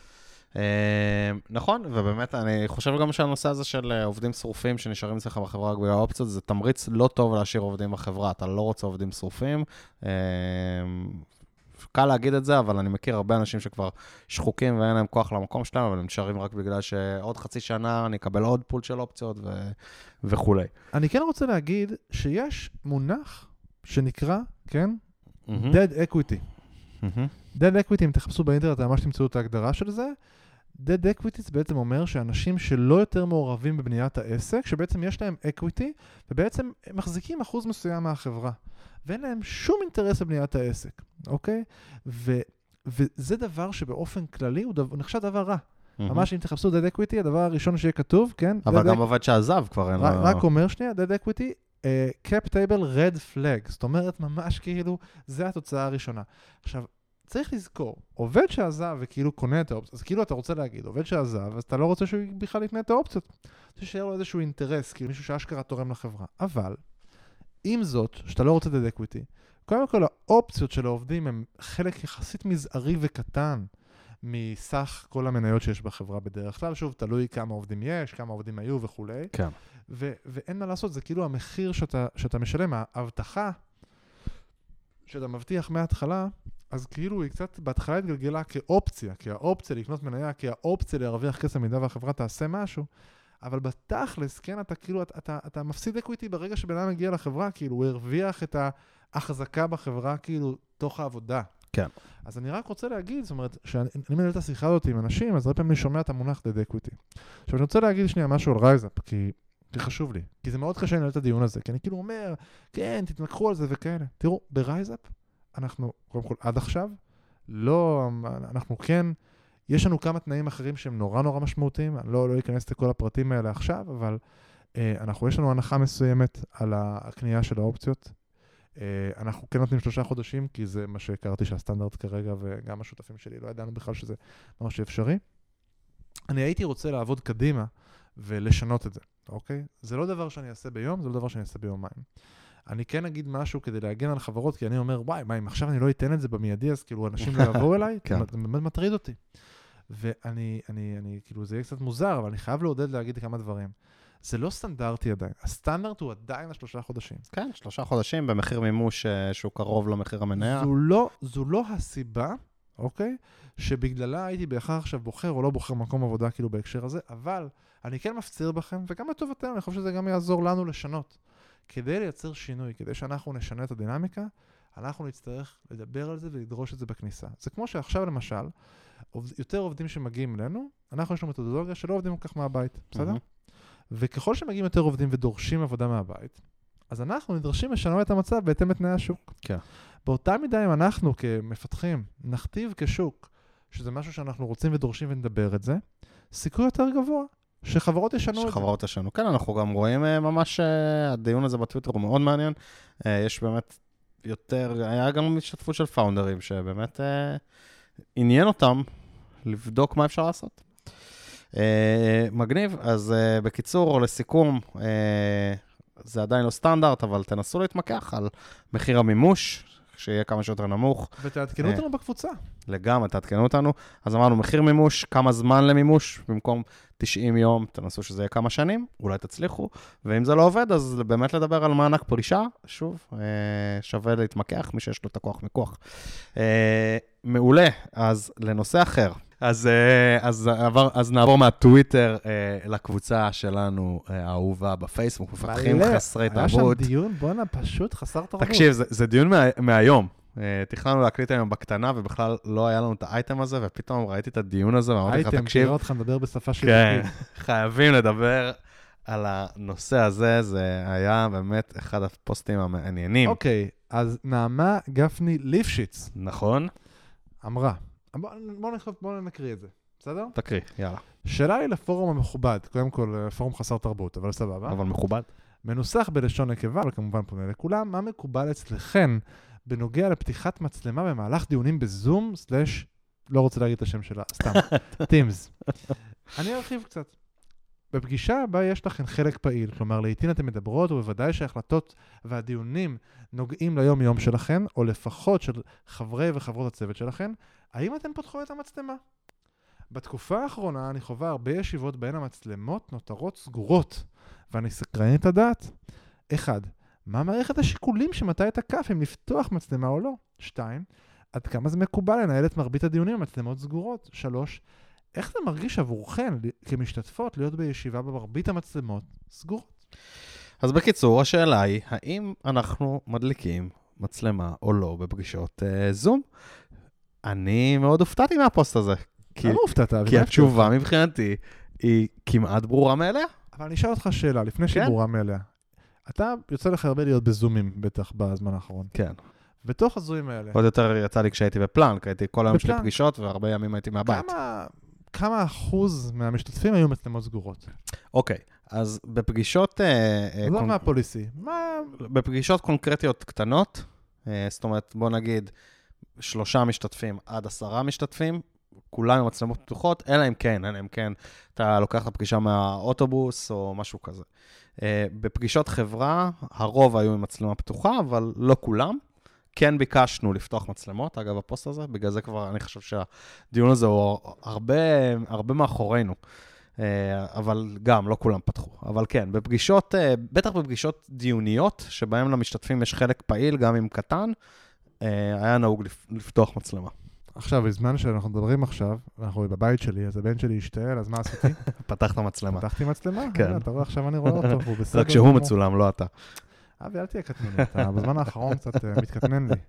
נכון, ובאמת אני חושב גם שהנושא הזה של עובדים שרופים שנשארים אצלך בחברה רק בגלל האופציות, זה תמריץ לא טוב להשאיר עובדים בחברה, אתה לא רוצה עובדים שרופים, קל להגיד את זה, אבל אני מכיר הרבה אנשים שכבר שחוקים ואין להם כוח למקום שלהם, אבל הם נשארים רק בגלל שעוד חצי שנה אני אקבל עוד פול של אופציות וכו'. אני כן רוצה להגיד שיש מונח שנקרא, כן? Dead Equity. Dead Equity, אם תחפשו באינטרנט, ממש תמצאו את ההגדרה של זה. Dead Equity זה בעצם אומר שאנשים שלא יותר מעורבים בבניית העסק, שבעצם יש להם Equity, ובעצם הם מחזיקים אחוז מסוים מהחברה. ואין להם שום אינטרס בבניית העסק, אוקיי? וזה דבר שבאופן כללי הוא נחשב דבר רע. ממש אם תחפשו Dead Equity, הדבר הראשון שיהיה כתוב, כן? אבל גם עובד שעזב כבר אין לו... רק אומר שנייה, Dead Equity, Cap Table Red Flag. זאת אומרת, ממש כאילו, זה התוצאה הראשונה. עכשיו, צריך לזכור, עובד שעזב וכאילו קונה את האופציות, אז כאילו אתה רוצה להגיד, עובד שעזב, אז אתה לא רוצה שהוא בכלל יקנה את האופציות. רוצה שיהיה לו איזשהו אינטרס, כאילו מישהו שאשכרה תורם לחברה. אבל, עם זאת, שאתה לא רוצה את אקוויטי, קודם כל האופציות של העובדים הם חלק יחסית מזערי וקטן מסך כל המניות שיש בחברה בדרך כלל. שוב, תלוי כמה עובדים יש, כמה עובדים היו וכו'. כן. ואין מה לעשות, זה כאילו המחיר שאתה משלם, ההבטחה שאתה מבטיח מההתחלה, אז כאילו היא קצת בהתחלה התגלגלה כאופציה, כי האופציה לקנות מניה, כי האופציה להרוויח כסף מידה והחברה תעשה משהו, אבל בתכלס, כן, אתה כאילו, אתה מפסיד אקוויטי ברגע שבן אדם מגיע לחברה, כאילו הוא הרוויח את ההחזקה בחברה, כאילו, תוך העבודה. כן. אז אני רק רוצה להגיד, זאת אומרת, שאני מנהל את השיחה הזאת עם אנשים, אז הרבה פעמים אני שומע את המונח dead equity. עכשיו, אני רוצה להגיד שנייה משהו על רייזאפ, כי חשוב לי, כי זה מאוד קשה לנהל את הדיון הזה, כי אני כאילו אומר, כן, תתמקחו על זה וכאלה. תראו, ברייזאפ, אנחנו, קודם כל, עד עכשיו, לא, אנחנו כן, יש לנו כמה תנאים אחרים שהם נורא נורא משמעותיים, אני לא אכנס לכל הפרטים האלה עכשיו, אבל יש לנו הנחה מסוימת על הקנייה של האופציות. אנחנו כן נותנים 3 חודשים, כי זה מה שהכרתי שהסטנדרט כרגע, וגם השותפים שלי לא ידענו בכלל שזה ממש אפשרי. אני הייתי רוצה לעבוד קדימה ולשנות את זה, אוקיי? זה לא דבר שאני אעשה ביום, זה לא דבר שאני אעשה ביומיים. אני כן אגיד משהו כדי להגן על חברות, כי אני אומר, וואי, אם עכשיו אני לא אתן את זה במיידי, אז כאילו אנשים לא יבואו אליי, זה באמת מטריד אותי. ואני, כאילו, זה יהיה קצת מוזר, אבל אני חייב לעודד להגיד כמה דברים. זה לא סטנדרטי עדיין. הסטנדרט הוא עדיין 3 חודשים. כן, 3 חודשים במחיר מימוש שהוא קרוב למחיר המניה. זו לא הסיבה, אוקיי? שבגללה הייתי בהכרח עכשיו בוחר או לא בוחר מקום עבודה כאילו בהקשר הזה, אבל אני כן מפציר בכם, וגם לטובתנו, אני חושב שזה גם יעזור לנו לשנות. כדי לייצר שינוי, כדי שאנחנו נשנה את הדינמיקה, אנחנו נצטרך לדבר על זה ולדרוש את זה בכניסה. זה כמו שעכשיו למשל, יותר עובדים שמגיעים אלינו, אנחנו יש לנו מתודולוגיה שלא עובדים כל כך מהבית, בסדר? וככל שמגיעים יותר עובדים ודורשים עבודה מהבית, אז אנחנו נדרשים לשנות את המצב בהתאם לתנאי השוק. כן. באותה מידה אם אנחנו כמפתחים נכתיב כשוק, שזה משהו שאנחנו רוצים ודורשים ונדבר את זה, סיכוי יותר גבוה שחברות ישנו את זה. שחברות ישנו. כן, אנחנו גם רואים ממש, הדיון הזה בטוויטר הוא מאוד מעניין. יש באמת יותר, היה גם השתתפות של פאונדרים שבאמת עניין אותם לבדוק מה אפשר לעשות. מגניב, אז בקיצור, לסיכום, זה עדיין לא סטנדרט, אבל תנסו להתמקח על מחיר המימוש, שיהיה כמה שיותר נמוך. ותעדכנו אותנו בקבוצה. לגמרי, תעדכנו אותנו. אז אמרנו, מחיר מימוש, כמה זמן למימוש, במקום 90 יום, תנסו שזה יהיה כמה שנים, אולי תצליחו, ואם זה לא עובד, אז באמת לדבר על מענק פרישה, שוב, שווה להתמקח, מי שיש לו את הכוח מכוח. מעולה, אז לנושא אחר. אז נעבור מהטוויטר לקבוצה שלנו, האהובה בפייסבוק, מפתחים חסרי תרבות. היה שם דיון, בונה, פשוט חסר תרבות. תקשיב, זה דיון מהיום. תכננו להקליט היום בקטנה, ובכלל לא היה לנו את האייטם הזה, ופתאום ראיתי את הדיון הזה, ואמרתי לך, תקשיב. תראה אותך מדבר בשפה שלי. כן, חייבים לדבר על הנושא הזה, זה היה באמת אחד הפוסטים המעניינים. אוקיי, אז נעמה גפני ליפשיץ. נכון. אמרה. בואו נקריא את זה, בסדר? תקריא, יאללה. שאלה היא לפורום המכובד, קודם כל פורום חסר תרבות, אבל סבבה. אבל מכובד. מנוסח בלשון נקבה, אבל כמובן פונה לכולם, מה מקובל אצלכם בנוגע לפתיחת מצלמה במהלך דיונים בזום, לא רוצה להגיד את השם שלה, סתם, טימס. אני ארחיב קצת. בפגישה הבאה יש לכם חלק פעיל, כלומר לעתים אתם מדברות, ובוודאי שההחלטות והדיונים נוגעים ליום יום שלכם, או לפחות של חברי וחברות הצוות שלכם, האם אתם פותחו את המצלמה? בתקופה האחרונה אני חווה הרבה ישיבות בהן המצלמות נותרות סגורות, ואני סקרן את הדעת. 1. מה מערכת השיקולים שמתי את הכף אם לפתוח מצלמה או לא? 2. עד כמה זה מקובל לנהל את מרבית הדיונים במצלמות סגורות? 3, איך זה מרגיש עבורכן כמשתתפות להיות בישיבה במרבית המצלמות סגורות? אז בקיצור, השאלה היא, האם אנחנו מדליקים מצלמה או לא בפגישות זום? אני מאוד הופתעתי מהפוסט הזה. למה הופתעת? כי התשובה מבחינתי היא כמעט ברורה מאליה. אבל אני אשאל אותך שאלה, לפני שהיא ברורה מאליה. אתה יוצא לך הרבה להיות בזומים, בטח, בזמן האחרון. כן. בתוך הזומים האלה. עוד יותר יצא לי כשהייתי בפלנק, הייתי כל היום שלי פגישות, והרבה ימים הייתי מהבית. כמה אחוז מהמשתתפים היו מצלמות סגורות? אוקיי, אז בפגישות... לא מהפוליסי. בפגישות קונקרטיות קטנות, זאת אומרת, בוא נגיד, 3 משתתפים עד 10 משתתפים, כולם עם מצלמות פתוחות, אלא אם כן, אתה לוקח את הפגישה מהאוטובוס או משהו כזה. בפגישות חברה, הרוב היו עם מצלמה פתוחה, אבל לא כולם. כן ביקשנו לפתוח מצלמות, אגב, הפוסט הזה, בגלל זה כבר אני חושב שהדיון הזה הוא הרבה מאחורינו. אבל גם, לא כולם פתחו. אבל כן, בפגישות, בטח בפגישות דיוניות, שבהם למשתתפים יש חלק פעיל, גם אם קטן, היה נהוג לפתוח מצלמה. עכשיו, בזמן שאנחנו מדברים עכשיו, אנחנו בבית שלי, אז הבן שלי השתעל, אז מה עשיתי? פתחת מצלמה. פתחתי מצלמה? כן. אתה רואה, עכשיו אני רואה אותו, הוא בסדר. רק שהוא מצולם, לא אתה. אל תהיה קטנוני, אתה בזמן האחרון קצת מתקטנן לי.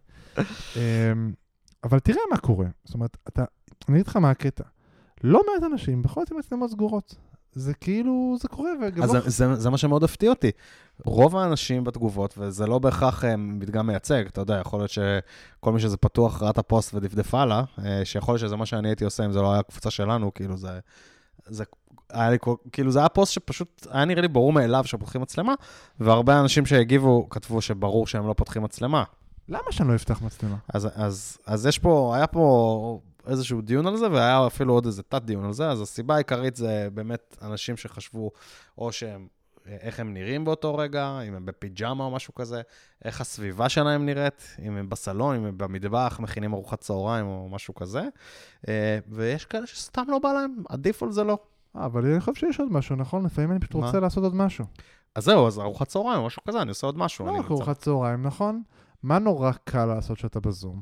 אבל תראה מה קורה. זאת אומרת, אני אגיד לך מה הקטע. לא מעט אנשים, בכל זאת עם מצלמות סגורות. זה כאילו, זה קורה, וגם לא... זה מה שמאוד הפתיע אותי. רוב האנשים בתגובות, וזה לא בהכרח מדגם מייצג, אתה יודע, יכול להיות שכל מי שזה פתוח ראה את הפוסט ודפדפה לה, שיכול להיות שזה מה שאני הייתי עושה, אם זה לא היה קבוצה שלנו, כאילו זה היה לי, כאילו זה היה פוסט שפשוט היה נראה לי ברור מאליו שפותחים מצלמה, והרבה אנשים שהגיבו כתבו שברור שהם לא פותחים מצלמה. למה שאני לא אפתח מצלמה? אז יש פה, היה פה איזשהו דיון על זה, והיה אפילו עוד איזה תת דיון על זה, אז הסיבה העיקרית זה באמת אנשים שחשבו, או שהם, איך הם נראים באותו רגע, אם הם בפיג'מה או משהו כזה, איך הסביבה שלהם נראית, אם הם בסלון, אם הם במטבח, מכינים ארוחת צהריים או משהו כזה, ויש כאלה שסתם לא בא להם, עדיף על זה לא. אבל אני חושב שיש עוד משהו, נכון? לפעמים אני פשוט רוצה לעשות עוד משהו. אז זהו, אז ארוחת צהריים או משהו כזה, אני עושה עוד משהו. לא, ארוחת צהריים, נכון? מה נורא קל לעשות שאתה בזום?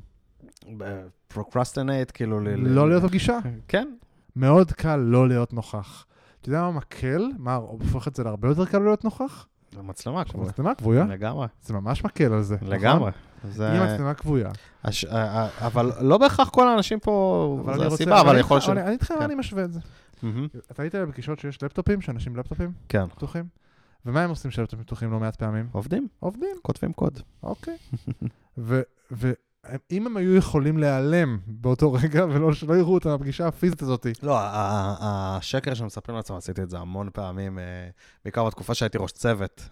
פרוקרסטינט, כאילו... לא להיות בפגישה? כן. מאוד קל לא להיות נוכח. אתה יודע מה מקל? מה, הופך את זה להרבה יותר קל להיות נוכח? מצלמה קבויה. מצלמה קבויה? לגמרי. זה ממש מקל על זה. לגמרי. היא מצלמה קבויה. אבל לא בהכרח כל האנשים פה, זה הסיבה, אבל יכול להיות אני אתכם, אני משווה את זה. אתה היית בפגישות שיש לפטופים, שאנשים לפטופים פתוחים? ומה הם עושים שלפטופים פתוחים לא מעט פעמים? עובדים. כותבים קוד. אוקיי. אם הם היו יכולים להיעלם באותו רגע, ולא יראו את הפגישה הפיזית הזאת. לא, השקר שמספרים לעצמם, עשיתי את זה המון פעמים, בעיקר בתקופה שהייתי ראש צוות,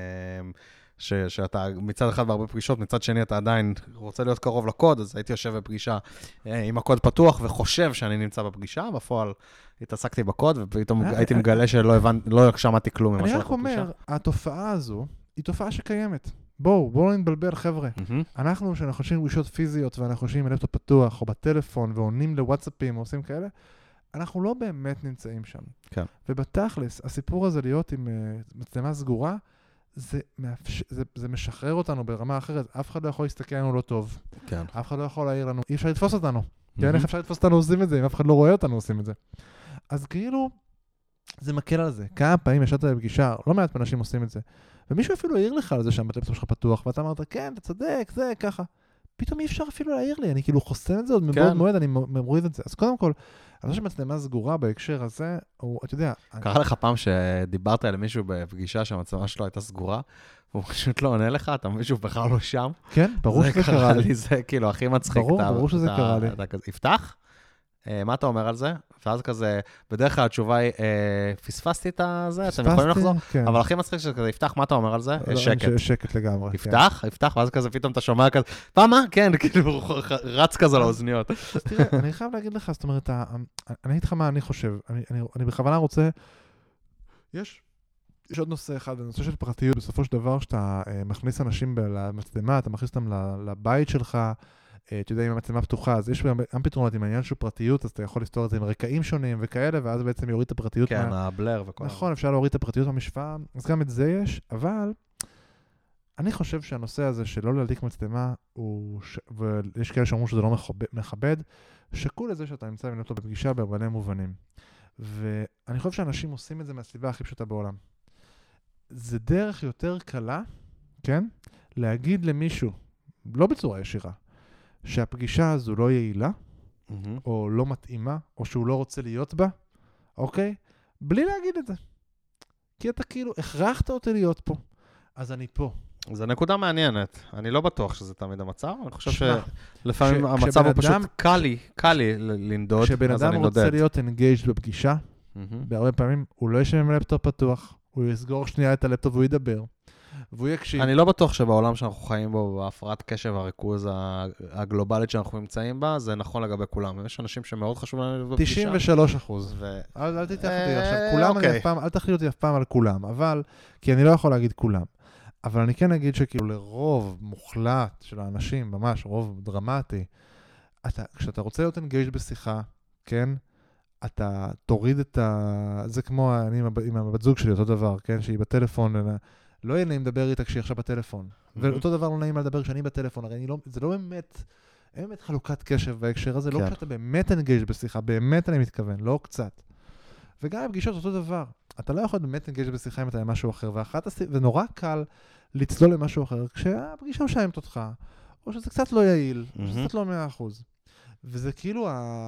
שאתה מצד אחד בהרבה פגישות, מצד שני אתה עדיין רוצה להיות קרוב לקוד, אז הייתי יושב בפגישה עם הקוד פתוח, וחושב שאני נמצא בפגישה, בפועל התעסקתי בקוד, ופתאום הייתי מגלה שלא שמעתי כלום ממה אני רק אומר, התופעה הזו היא תופעה שקיימת. בואו נתבלבל, חבר'ה. אנחנו, שאנחנו חושבים פגישות פיזיות, ואנחנו חושבים עם לפטופ פתוח, או בטלפון, ועונים לוואטסאפים, או עושים כאלה, אנחנו לא באמת נמצאים שם. כן. ובתכלס, הסיפור הזה להיות עם מצלמה סגורה, זה משחרר אותנו ברמה אחרת. אף אחד לא יכול להסתכל לנו לא טוב. כן. אף אחד לא יכול להעיר לנו. אי אפשר לתפוס אותנו. כן, איך אפשר לתפוס אותנו עושים את זה, אם אף אחד לא רואה אותנו עושים את זה. אז כאילו, זה מקל על זה. כמה פעמים ישבת בפגישה, לא מעט אנשים עושים את זה. ומישהו אפילו העיר לך על זה שם בטלפון שלך פתוח, ואתה אמרת, כן, אתה צודק, זה, ככה. פתאום אי אפשר אפילו להעיר לי, אני כאילו חוסם את זה עוד מבעוד מועד, אני מוריד את זה. אז קודם כל, אני חושב שמצלמה סגורה בהקשר הזה, אתה יודע... קרה לך פעם שדיברת על מישהו בפגישה שהמצלמה שלו הייתה סגורה, והוא פשוט לא עונה לך, אתה מישהו בכלל לא שם? כן, ברור שזה קרה לי. זה כאילו הכי מצחיק. ברור שזה קרה לי. אתה כזה, יפתח? מה אתה אומר על זה? ואז כזה, בדרך כלל התשובה היא, פספסתי את זה, אתם יכולים לחזור? אבל הכי מצחיק שכזה, יפתח, מה אתה אומר על זה? שקט. שקט לגמרי. יפתח, ואז כזה פתאום אתה שומע כזה, מה? כן, כאילו רץ כזה לאוזניות. אז תראה, אני חייב להגיד לך, זאת אומרת, אני אגיד לך מה אני חושב, אני בכוונה רוצה, יש עוד נושא אחד, הנושא של פרטיות, בסופו של דבר, שאתה מכניס אנשים למצלמה, אתה מכניס אותם לבית שלך, אתה יודע, עם המצלמה פתוחה, אז יש גם פתרונות עם העניין של פרטיות, אז אתה יכול לפתור את זה עם רקעים שונים וכאלה, ואז בעצם יוריד את הפרטיות. כן, הבלר וכל. נכון, אפשר להוריד את הפרטיות במשוואה, אז גם את זה יש, אבל אני חושב שהנושא הזה של לא להדליק מצלמה, ויש כאלה שאומרים שזה לא מכבד, שקול לזה שאתה נמצא עם לפטופ בפגישה בהרבה מובנים. ואני חושב שאנשים עושים את זה מהסיבה הכי פשוטה בעולם. זה דרך יותר קלה, כן? להגיד למישהו, לא בצורה ישירה, שהפגישה הזו לא יעילה, או לא מתאימה, או שהוא לא רוצה להיות בה, אוקיי? בלי להגיד את זה. כי אתה כאילו, הכרחת אותי להיות פה, אז אני פה. זו נקודה מעניינת. אני לא בטוח שזה תמיד המצב. אני חושב שלפעמים המצב הוא פשוט קל לי לנדוד, אז אני נודד. כשבן אדם רוצה להיות engaged בפגישה, בהרבה פעמים הוא לא ישב עם לפטופ פתוח, הוא יסגור שנייה את הלפטופ והוא ידבר, והוא יקשיב. אני לא בטוח שבעולם שאנחנו חיים בו, בהפרעת קשב הריכוז הגלובלית שאנחנו נמצאים בה, זה נכון לגבי כולם. יש אנשים שמאוד חשוב להם בפגישה. 93%. אל תתח אותי עכשיו, כולם אני אף פעם, אל תחליט אותי אף פעם על כולם, אבל, כי אני לא יכול להגיד כולם. אבל אני כן אגיד שכאילו לרוב מוחלט של האנשים, ממש רוב דרמטי, כשאתה רוצה להיות engaged בשיחה, כן? אתה תוריד את זה כמו אני עם הבת זוג שלי, אותו דבר, כן? שהיא בטלפון, לא יהיה נעים לדבר איתה כשהיא עכשיו בטלפון. ואותו דבר לא נעים לדבר כשאני בטלפון, הרי זה לא באמת, אין באמת חלוקת קשב בהקשר הזה, לא כשאתה באמת engaged בשיחה, באמת אני מתכוון, לא קצת. וגם בפגישות אותו דבר. אתה לא יכול באמת engaged בשיחה אם אתה עם משהו אחר, ונורא קל לצלול למשהו אחר, כשהפגישה משעמת אותך, או שזה קצת לא יעיל, או שזה קצת לא 100%. וזה כאילו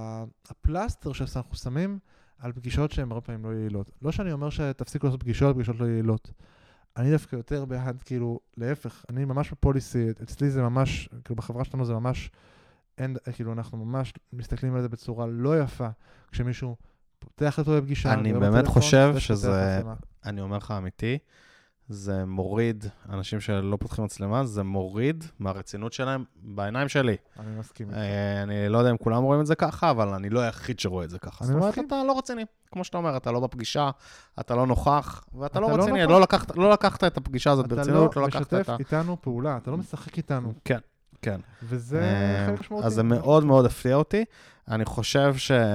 הפלסטר שאנחנו שמים על פגישות שהן הרבה פעמים לא יעילות. לא שאני אומר שתפסיקו לעשות פגישות לא יעילות. אני דווקא יותר בעד, כאילו, להפך, אני ממש בפוליסי, אצלי זה ממש, כאילו בחברה שלנו זה ממש, כאילו אנחנו ממש מסתכלים על זה בצורה לא יפה, כשמישהו פותח אותו בפגישה. אני באמת חושב שזה, אני אומר לך אמיתי, זה מוריד, אנשים שלא פותחים מצלמה, זה מוריד מהרצינות שלהם בעיניים שלי. אני מסכים. אני לא יודע אם כולם רואים את זה ככה, אבל אני לא היחיד שרואה את זה ככה. זאת אומרת, אתה לא רציני. כמו שאתה אומר, אתה לא בפגישה, אתה לא נוכח, ואתה לא רציני. לא לקחת את הפגישה הזאת ברצינות, לא לקחת את משתף איתנו פעולה, אתה לא משחק איתנו. כן, כן. וזה חלק משמעותי. אז זה מאוד מאוד הפתיע אותי. אני חושב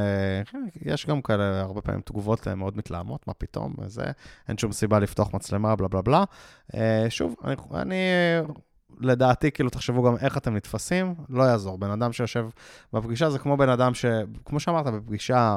שיש גם כאלה הרבה פעמים תגובות מאוד מתלהמות, מה פתאום, וזה, אין שום סיבה לפתוח מצלמה, בלה בלה בלה. שוב, אני לדעתי, כאילו תחשבו גם איך אתם נתפסים, לא יעזור. בן אדם שיושב בפגישה זה כמו בן אדם כמו שאמרת, בפגישה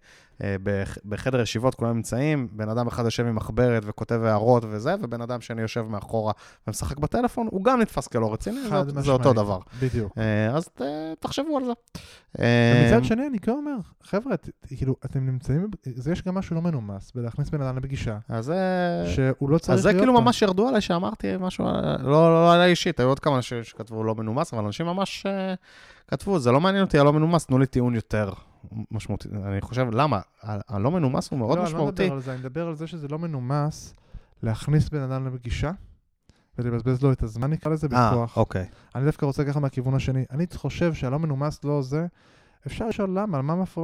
בחדר ישיבות כולם נמצאים, בן אדם אחד יושב עם מחברת וכותב הערות וזה, ובן אדם שאני יושב מאחורה ומשחק בטלפון, הוא גם נתפס כלא רציני, זה אותו דבר. בדיוק. אז תחשבו על זה. ומצד שני, אני כבר אומר, חבר'ה, כאילו, אתם נמצאים, זה יש גם משהו לא מנומס, בלהכניס בן אדם לפגישה, שהוא לא צריך להיות. אז זה כאילו ממש ירדו עליי שאמרתי משהו, לא עליי אישית, היו עוד כמה אנשים שכתבו לא מנומס, אבל אנשים ממש כתבו, זה לא מעניין אותי, הלא מנומס, תנו לי טיעון יותר משמעותי. אני חושב, למה? הלא מנומס הוא מאוד משמעותי. לא, אני לא מדבר על זה, אני מדבר על זה שזה לא מנומס להכניס בן אדם לפגישה, ולבזבז לו את הזמן, נקרא לזה בכוח. אוקיי. אני דווקא רוצה ככה מהכיוון השני. אני חושב שהלא מנומס לא זה, אפשר לשאול למה,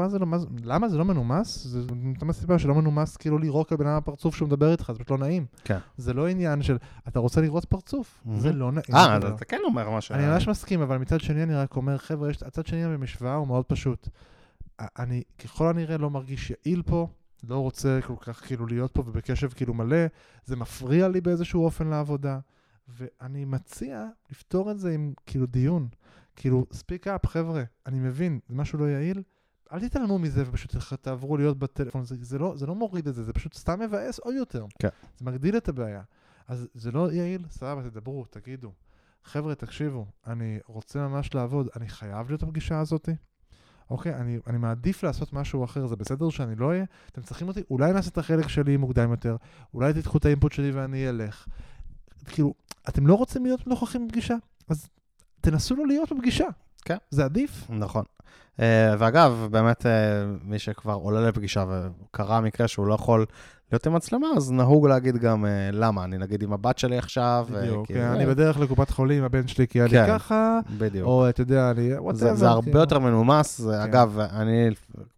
למה זה לא מנומס? זה נתן הסיבה שלא מנומס כאילו לירוק על בן אדם הפרצוף שהוא מדבר איתך, זה פשוט לא נעים. כן. זה לא עניין של, אתה רוצה לראות פרצוף, זה לא נעים. אז אתה כן אומר משהו. אני ממש מסכים, אבל מצד שני אני רק אומר, חבר'ה, הצד שני במשוואה הוא מאוד פשוט. אני ככל הנראה לא מרגיש יעיל פה, לא רוצה כל כך כאילו להיות פה ובקשב כאילו מלא, זה מפריע לי באיזשהו אופן לעבודה, ואני מציע לפתור את זה עם כאילו דיון, כאילו ספיק אפ חבר'ה, אני מבין, זה משהו לא יעיל, אל תתעלמו מזה ופשוט תעברו להיות בטלפון, זה לא מוריד את זה, זה פשוט סתם מבאס עוד יותר, כן. זה מגדיל את הבעיה, אז זה לא יעיל, סבבה, תדברו, תגידו, חבר'ה תקשיבו, אני רוצה ממש לעבוד, אני חייב להיות הפגישה הזאת, אוקיי, אני מעדיף לעשות משהו אחר, זה בסדר שאני לא אהיה, אתם צריכים אותי, אולי נעשה את החלק שלי מוקדם יותר, אולי תדחו את האינפוט שלי ואני אלך. כאילו, אתם לא רוצים להיות נוכחים בפגישה, אז תנסו לו להיות בפגישה. כן. זה עדיף. נכון. ואגב, באמת, מי שכבר עולה לפגישה וקרה מקרה שהוא לא יכול להיות עם מצלמה, אז נהוג להגיד גם למה. אני נגיד עם הבת שלי עכשיו. בדיוק, אני בדרך לקופת חולים, הבן שלי כי היה לי ככה. בדיוק. או אתה יודע, זה הרבה יותר מנומס. אגב, אני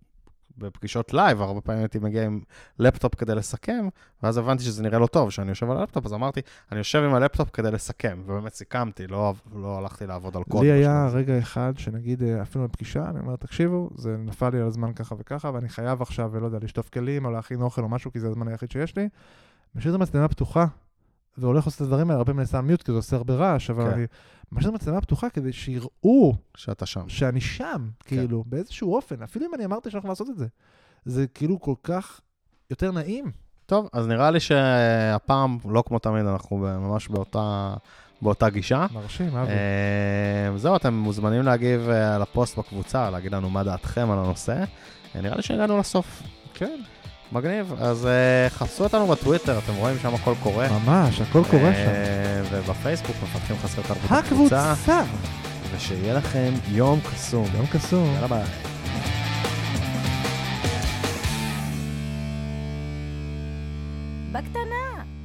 בפגישות לייב, הרבה פעמים הייתי מגיע עם לפטופ כדי לסכם, ואז הבנתי שזה נראה לא טוב, שאני יושב על הלפטופ, אז אמרתי, אני יושב עם הלפטופ כדי לסכם, ובאמת סיכמתי, לא הלכתי לעבוד על קוד. לי היה רגע אחד, שנגיד, אפילו בפגישה, אני אומר, תקשיבו, זה נפל לי על הזמן ככה וככה, ואני חייב עכשיו, ולא יודע, לשטוף כלים, או להכין אוכל או משהו, כי זה הזמן היחיד שיש לי. משאיר את המצלמה פתוחה, והולך לעשות את הדברים האלה, הרבה פעמים אני שם מיוט, כי זה עושה הרבה רעש, אבל כן. אני משאיר מצלמה פתוחה כדי שיראו שאתה שם. שאני שם, כאילו, באיזשהו אופן. אפילו אם אני אמרתי שאנחנו לעשות את זה. זה כאילו כל כך יותר נעים. טוב, אז נראה לי שהפעם, לא כמו תמיד, אנחנו ממש באותה גישה. מרשים, אבי. זהו, אתם מוזמנים להגיב על הפוסט בקבוצה, להגיד לנו מה דעתכם על הנושא. נראה לי שהגענו לסוף. כן. מגניב. אז חפשו אותנו בטוויטר, אתם רואים שם הכל קורה. ממש, הכל קורה שם. ובפייסבוק מפתחים חסרי תרבות הקבוצה. הקבוצה. ושיהיה לכם יום קסום. יום קסום. יאללה ביי. בקטנה.